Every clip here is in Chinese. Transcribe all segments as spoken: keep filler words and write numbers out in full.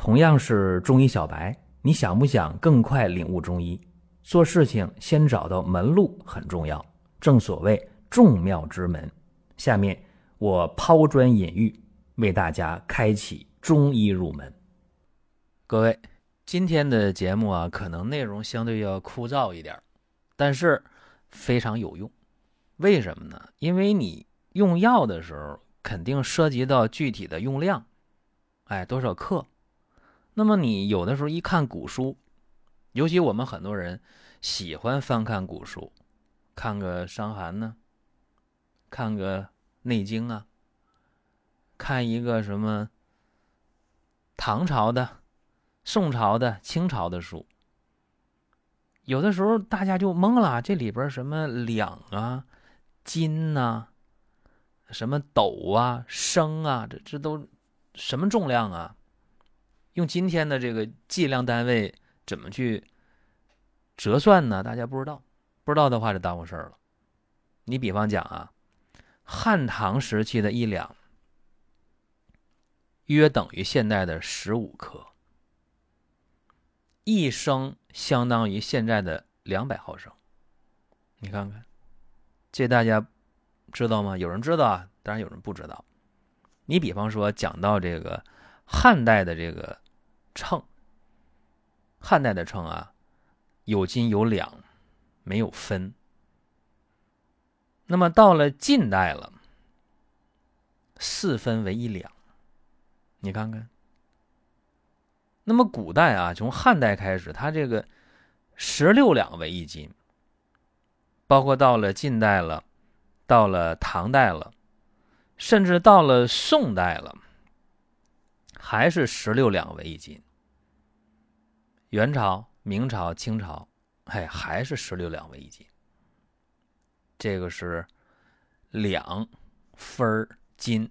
同样是中医小白，你想不想更快领悟中医？做事情先找到门路很重要，正所谓众妙之门。下面我抛砖引玉，为大家开启中医入门。各位，今天的节目啊，可能内容相对要枯燥一点，但是非常有用。为什么呢？因为你用药的时候肯定涉及到具体的用量，哎，多少克。那么你有的时候一看古书，尤其我们很多人喜欢翻看古书，看个伤寒呢，看个内经啊，看一个什么唐朝的、宋朝的、清朝的书，有的时候大家就懵了，这里边什么两啊、斤啊、什么斗啊、升啊，这这都什么重量啊？用今天的这个计量单位怎么去折算呢？大家不知道，不知道的话就耽误事儿了。你比方讲啊，汉唐时期的一两约等于现代的十五克，一升相当于现在的两百毫升。你看看，这大家知道吗？有人知道啊，当然有人不知道。你比方说讲到这个汉代的这个秤，汉代的秤啊，有斤有两，没有分。那么到了近代了，四分为一两，你看看。那么古代啊，从汉代开始，它这个十六两为一斤，包括到了近代了，到了唐代了，甚至到了宋代了，还是十六两为一斤。元朝、明朝、清朝，哎，还是十六两为一斤。这个是两分斤。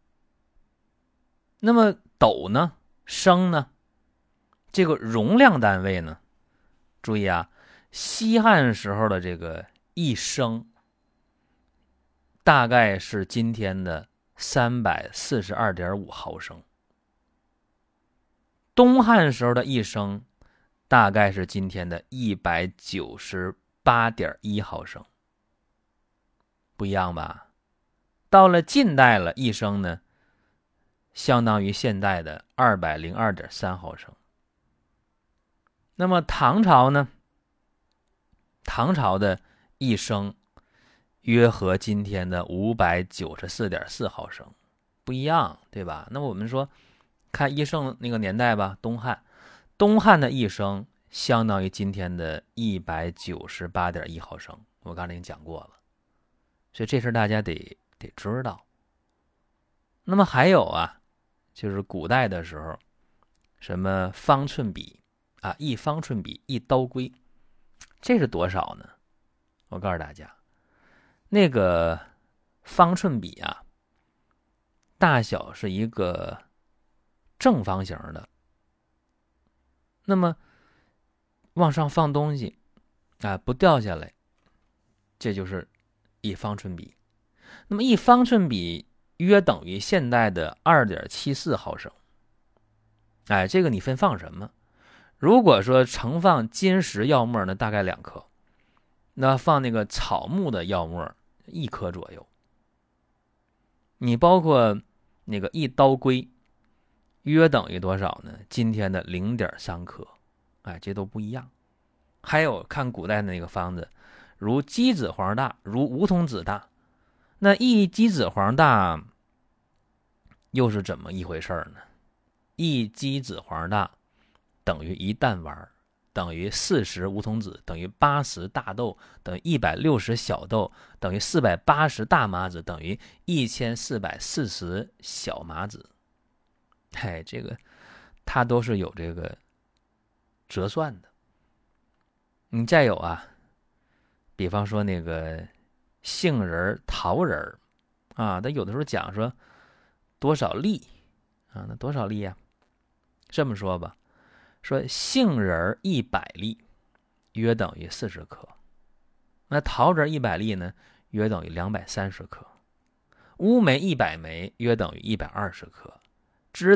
那么斗呢？升呢？这个容量单位呢？注意啊，西汉时候的这个一升，大概是今天的三百四十二点五毫升。东汉时候的一升，大概是今天的一百九十八点一毫升。不一样吧？到了近代了，一升呢，相当于现代的二百零二点三毫升。那么唐朝呢？唐朝的一升约合今天的五百九十四点四毫升，不一样，对吧？那么我们说看一升那个年代吧，东汉，东汉的一升相当于今天的一百九十八点一毫升，我刚才已经讲过了。所以这事大家得得知道。那么还有啊，就是古代的时候，什么方寸比啊，一方寸比一刀圭，这是多少呢？我告诉大家，那个方寸比啊，大小是一个正方形的，那么往上放东西啊，不掉下来，这就是一方寸比。那么一方寸比约等于现代的 二点七四毫升。哎，这个你分放什么？如果说盛放金石药末呢，大概两克，那放那个草木的药末一克左右。你包括那个一刀圭约等于多少呢？今天的 零点三克。哎，这都不一样。还有看古代的那个方子，如鸡子黄大，如梧桐子大，那一鸡子黄大又是怎么一回事呢？一鸡子黄大等于一弹丸，等于四十梧桐子，等于八十大豆，等于一百六十小豆，等于四百八十大麻子，等于一千四百四十小麻子。哎，这个它都是有这个折算的。你再有啊，比方说那个杏仁、桃仁啊，它有的时候讲说多少粒啊？那多少粒啊？这么说吧，说杏仁一百粒约等于四十克，那桃仁一百粒呢，约等于两百三十克，乌梅一百枚约等于一百二十克，栀子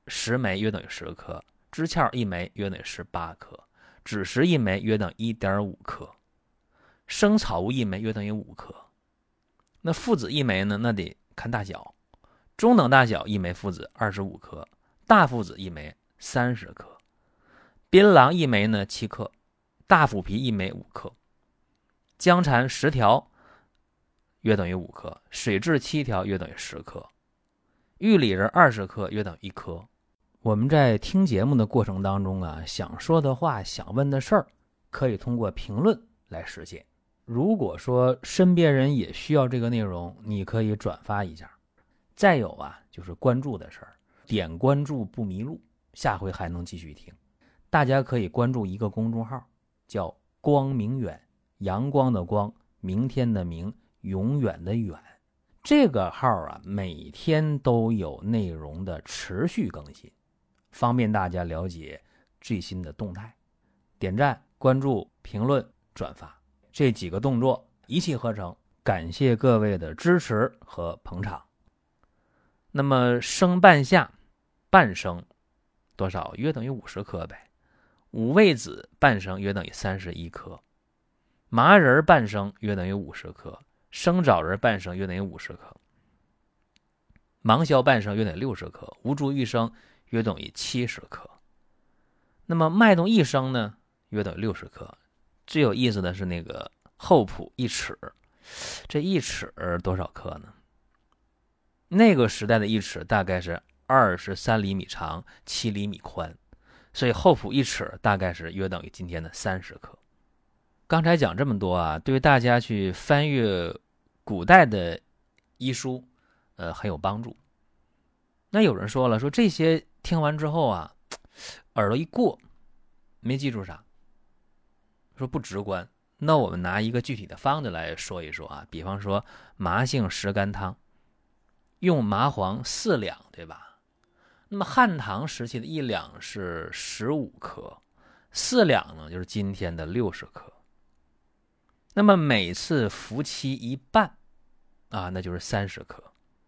十枚约等于十克，支壳一枚约等于十八克，枳实一枚约等于 一点五克，生草物一枚约等于五克。那附子一枚呢，那得看大小，中等大小一枚附子二十五克，大附子一枚三十克，槟榔一枚呢七克，大腐皮一枚五克，姜蝉十条约等于五克，水蛭七条约等于十克，玉里仁二十克约等于一颗。我们在听节目的过程当中啊，想说的话，想问的事儿，可以通过评论来实现。如果说身边人也需要这个内容，你可以转发一下。再有啊，就是关注的事儿，点关注不迷路，下回还能继续听。大家可以关注一个公众号，叫光明远，阳光的光，明天的明，永远的远。这个号啊，每天都有内容的持续更新，方便大家了解最新的动态。点赞、关注、评论、转发这几个动作一气呵成，感谢各位的支持和捧场。那么生半夏半升多少？约等于五十克呗。五味子半升约等于三十一克，麻仁半升约等于五十克，生枣仁半升约等于五十克，芒硝半升约等于六十克，吴茱萸生约等于七十克。那么麦冬一升呢，约等于六十克。最有意思的是那个厚朴一尺，这一尺多少克呢？那个时代的一尺大概是二十三厘米长，七厘米宽，所以厚朴一尺大概是约等于今天的三十克。刚才讲这么多啊，对大家去翻阅古代的医书，呃，很有帮助。那有人说了，说这些听完之后啊，耳朵一过，没记住啥，说不直观。那我们拿一个具体的方子来说一说啊，比方说麻杏石甘汤，用麻黄四两，对吧？那么汉唐时期的一两是十五克，四两呢就是今天的六十克。那么每次服期一半啊，那就是三十克。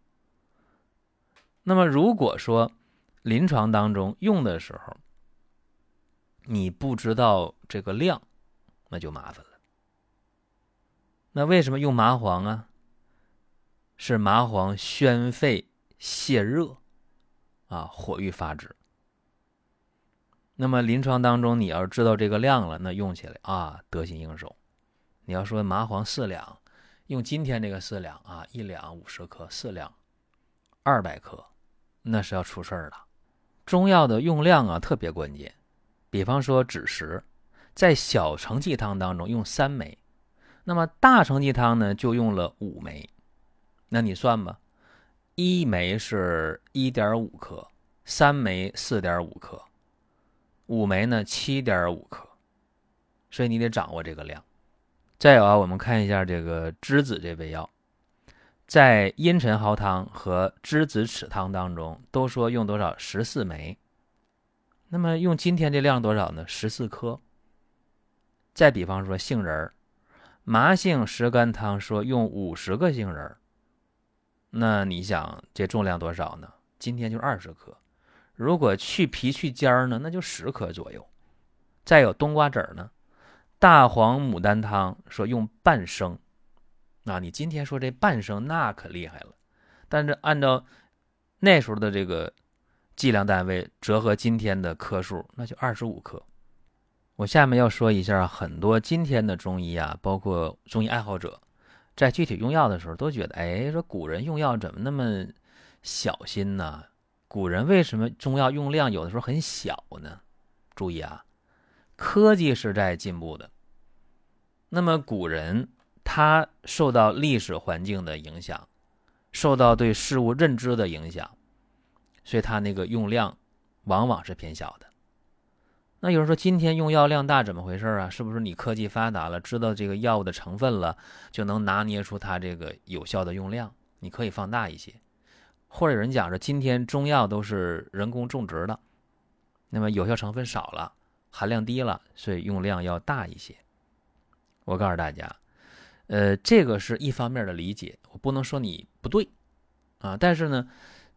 那么如果说临床当中用的时候，你不知道这个量，那就麻烦了。那为什么用麻黄啊？是麻黄宣肺泻热啊，火郁发止。那么临床当中你要知道这个量了，那用起来啊得心应手。你要说麻黄四两，用今天这个四两啊，一两五十克，四两二百克，那是要出事儿了。中药的用量啊特别关键。比方说枳实，在小承气汤当中用三枚，那么大承气汤呢就用了五枚。那你算吧，一枚是 一点五克，三枚 四点五克，五枚呢 七点五克，所以你得掌握这个量。再有啊，我们看一下这个栀子这味药，在茵陈蒿汤和栀子豉汤当中都说用多少？十四枚。那么用今天这量多少呢？十四克。再比方说杏仁，麻杏石甘汤说用五十个杏仁，那你想这重量多少呢？今天就二十克。如果去皮去尖呢，那就十克左右。再有冬瓜籽呢，大黄牡丹汤说用半升，啊，你今天说这半升那可厉害了，但是按照那时候的这个计量单位折合今天的克数，那就二十五克。我下面要说一下，很多今天的中医啊，包括中医爱好者，在具体用药的时候都觉得，哎，说古人用药怎么那么小心呢？古人为什么中药用量有的时候很小呢？注意啊，科技是在进步的。那么古人他受到历史环境的影响，受到对事物认知的影响，所以他那个用量往往是偏小的。那有人说今天用药量大怎么回事啊？是不是你科技发达了，知道这个药物的成分了，就能拿捏出它这个有效的用量，你可以放大一些。或者有人讲说今天中药都是人工种植的，那么有效成分少了，含量低了，所以用量要大一些。我告诉大家，呃，这个是一方面的理解，我不能说你不对啊，但是呢，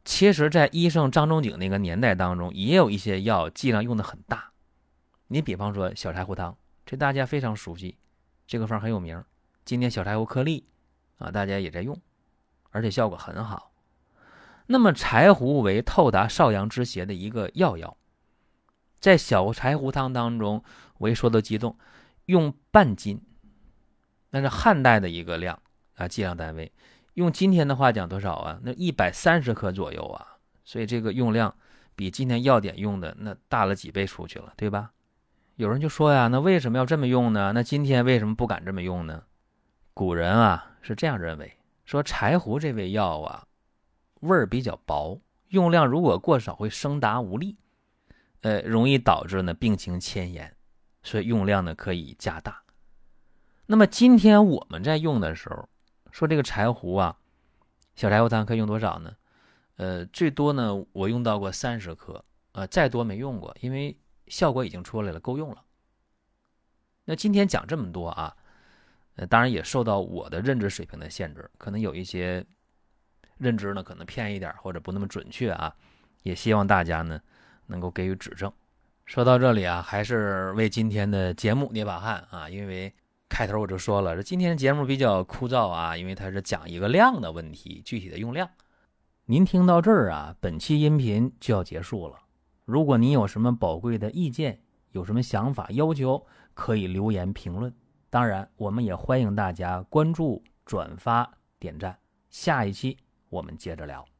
其实在医圣张仲景那个年代当中，也有一些药剂量用的很大。你比方说小柴胡汤，这大家非常熟悉，这个方很有名。今天小柴胡颗粒啊，大家也在用，而且效果很好。那么柴胡为透达少阳之邪的一个药药，在小柴胡汤当中，我一说到激动，用半斤，那是汉代的一个量啊，剂量单位。用今天的话讲多少啊？那一百三十克左右啊，所以这个用量比今天药典用的那大了几倍出去了，对吧？有人就说呀，那为什么要这么用呢？那今天为什么不敢这么用呢？古人啊是这样认为，说柴胡这味药啊，味儿比较薄，用量如果过少会生达无力，呃，容易导致呢病情迁延，所以用量呢可以加大。那么今天我们在用的时候，说这个柴胡啊，小柴胡汤可以用多少呢？呃，最多呢我用到过三十克，呃，再多没用过，因为效果已经出来了，够用了。那今天讲这么多啊，呃，当然也受到我的认知水平的限制，可能有一些认知呢可能偏一点或者不那么准确啊，也希望大家呢能够给予指正。说到这里啊，还是为今天的节目捏把汗啊，因为开头我就说了，这今天的节目比较枯燥啊，因为它是讲一个量的问题，具体的用量。您听到这儿啊，本期音频就要结束了。如果您有什么宝贵的意见，有什么想法要求，可以留言评论。当然，我们也欢迎大家关注、转发、点赞。下一期我们接着聊。